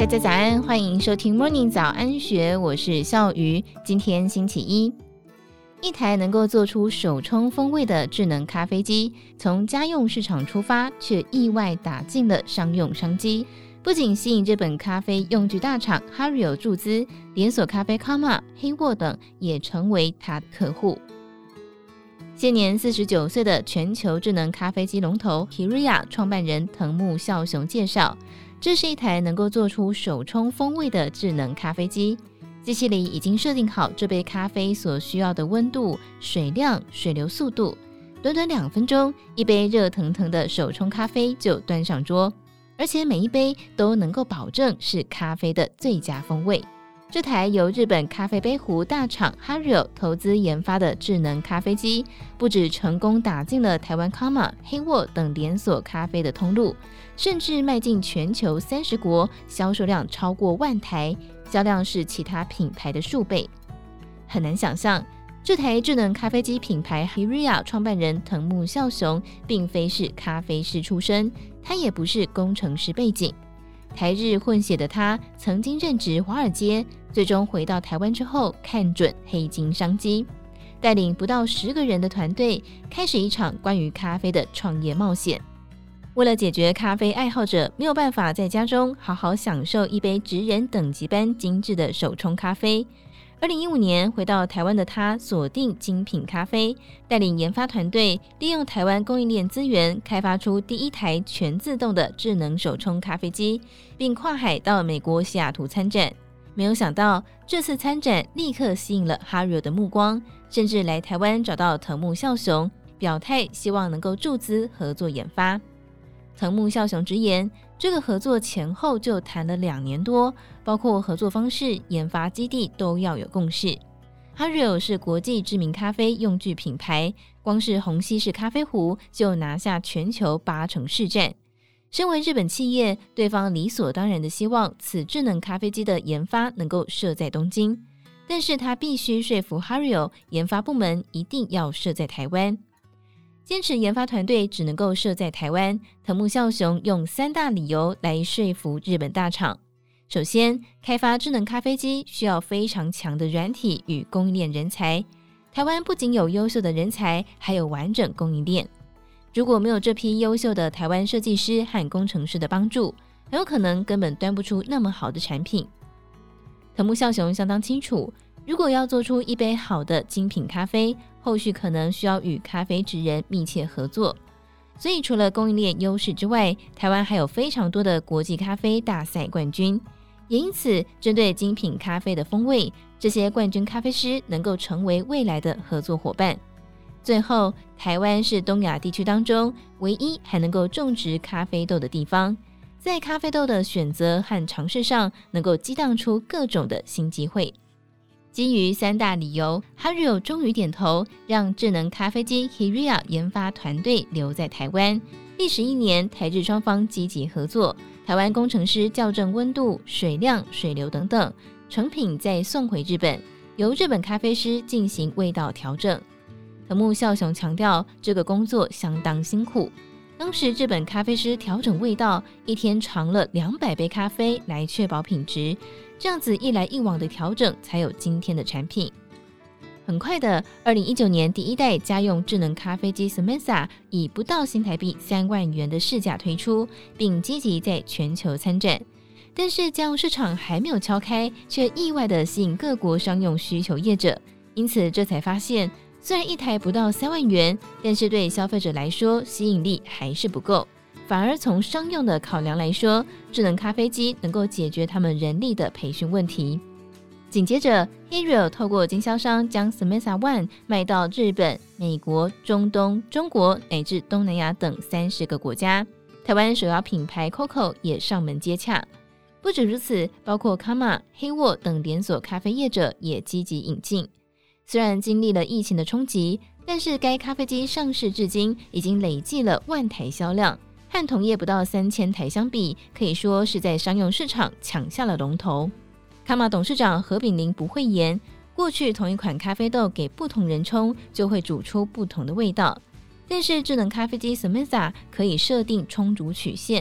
大家早安，欢迎收听 Morning 早安学，我是笑瑜。今天星期一，一台能够做出手冲风味的智能咖啡机，从家用市场出发，却意外打进了商用商机。不仅吸引日本咖啡用具大厂 Hario 注资，连锁咖啡 Kama、黑沃等也成为他的客户。现年49岁的全球智能咖啡机龙头 Kiria 创办人藤木孝雄介绍，这是一台能够做出手冲风味的智能咖啡机。机器里已经设定好这杯咖啡所需要的温度、水量、水流速度，短短2分钟，一杯热腾腾的手冲咖啡就端上桌，而且每一杯都能够保证是咖啡的最佳风味。这台由日本咖啡杯壶大厂 Hario 投资研发的智能咖啡机，不止成功打进了台湾 Kama、黑沃等连锁咖啡的通路，甚至迈进全球30国，销售量超过10000台，销量是其他品牌的数倍。很难想象，这台智能咖啡机品牌 Kiria 创办人藤木孝雄并非是咖啡师出身，他也不是工程师背景。台日混血的他曾经任职华尔街，最终回到台湾之后看准黑金商机，带领不到10个人的团队，开始一场关于咖啡的创业冒险。为了解决咖啡爱好者没有办法在家中好好享受一杯职人等级般精致的手冲咖啡，2015年回到台湾的他锁定精品咖啡，带领研发团队利用台湾供应链资源，开发出第一台全自动的智能手冲咖啡机，并跨海到美国西雅图参展。没有想到这次参展立刻吸引了 Hario 的目光，甚至来台湾找到藤木孝雄，表态希望能够注资合作研发。藤木孝雄直言，这个合作前后就谈了2年多，包括合作方式、研发基地都要有共识。Hario 是国际知名咖啡用具品牌，光是虹吸式咖啡壶就拿下全球80%市占。身为日本企业，对方理所当然的希望此智能咖啡机的研发能够设在东京，但是他必须说服 Hario 研发部门一定要设在台湾。坚持研发团队只能够设在台湾，藤木孝雄用3大理由来说服日本大厂。首先，开发智能咖啡机需要非常强的软体与供应链人才，台湾不仅有优秀的人才，还有完整供应链。如果没有这批优秀的台湾设计师和工程师的帮助，很有可能根本端不出那么好的产品。藤木孝雄相当清楚，如果要做出一杯好的精品咖啡，后续可能需要与咖啡职人密切合作。所以除了供应链优势之外，台湾还有非常多的国际咖啡大赛冠军，也因此针对精品咖啡的风味，这些冠军咖啡师能够成为未来的合作伙伴。最后，台湾是东亚地区当中唯一还能够种植咖啡豆的地方，在咖啡豆的选择和尝试上能够激荡出各种的新机会。基于3大理由， Hario 终于点头，让智能咖啡机 Kiria 研发团队留在台湾。历时1年，台日双方积极合作，台湾工程师校正温度、水量、水流等等，成品再送回日本，由日本咖啡师进行味道调整。藤木孝雄强调，这个工作相当辛苦。当时日本咖啡师调整味道，一天尝了200杯咖啡来确保品质，这样子一来一往的调整，才有今天的产品。很快的，2019年第一代家用智能咖啡机 Smesa 以不到新台币3万元的市价推出，并积极在全球参展。但是家用市场还没有敲开，却意外的吸引各国商用需求业者，因此这才发现，虽然一台不到3万元，但是对消费者来说吸引力还是不够，反而从商用的考量来说，智能咖啡机能够解决他们人力的培训问题。紧接着 Hario 透过经销商将 Smesa One 卖到日本、美国、中东、中国乃至东南亚等30个国家，台湾首要品牌 Coco 也上门接洽。不止如此，包括 Kama、黑沃等连锁咖啡业者也积极引进。虽然经历了疫情的冲击，但是该咖啡机上市至今已经累计了10000台销量，和同业不到3000台相比，可以说是在商用市场抢下了龙头。卡玛董事长何炳林不讳言，过去同一款咖啡豆给不同人冲，就会煮出不同的味道。但是智能咖啡机 Smesa 可以设定冲煮曲线，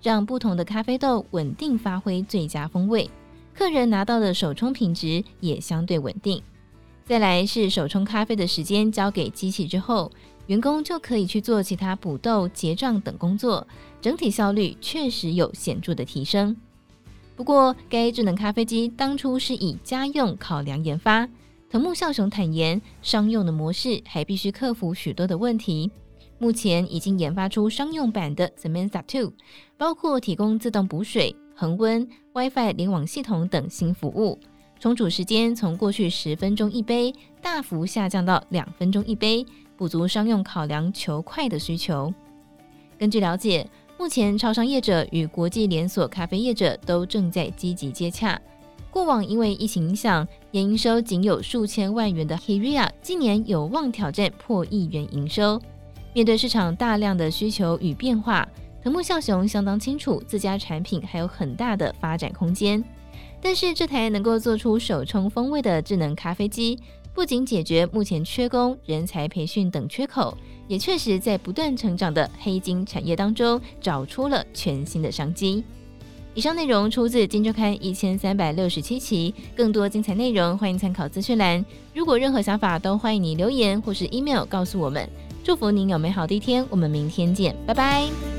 让不同的咖啡豆稳定发挥最佳风味，客人拿到的手冲品质也相对稳定。再来是手冲咖啡的时间交给机器之后，员工就可以去做其他补豆、结账等工作，整体效率确实有显著的提升。不过，该智能咖啡机当初是以家用考量研发，藤木孝雄坦言，商用的模式还必须克服许多的问题。目前已经研发出商用版的 Samantha 2， 包括提供自动补水、恒温、WiFi 联网系统等新服务，冲煮时间从过去10分钟一杯大幅下降到2分钟一杯，补足商用考量求快的需求。根据了解，目前超商业者与国际连锁咖啡业者都正在积极接洽。过往因为疫情影响，年营收仅有数千万元的 Hiria 今年有望挑战破亿元营收。面对市场大量的需求与变化，藤木孝雄相当清楚自家产品还有很大的发展空间。但是这台能够做出手冲风味的智能咖啡机，不仅解决目前缺工、人才培训等缺口，也确实在不断成长的黑金产业当中找出了全新的商机。以上内容出自《今周刊》1367期，更多精彩内容欢迎参考资讯栏。如果任何想法都欢迎你留言或是 email 告诉我们。祝福您有美好的一天，我们明天见，拜拜。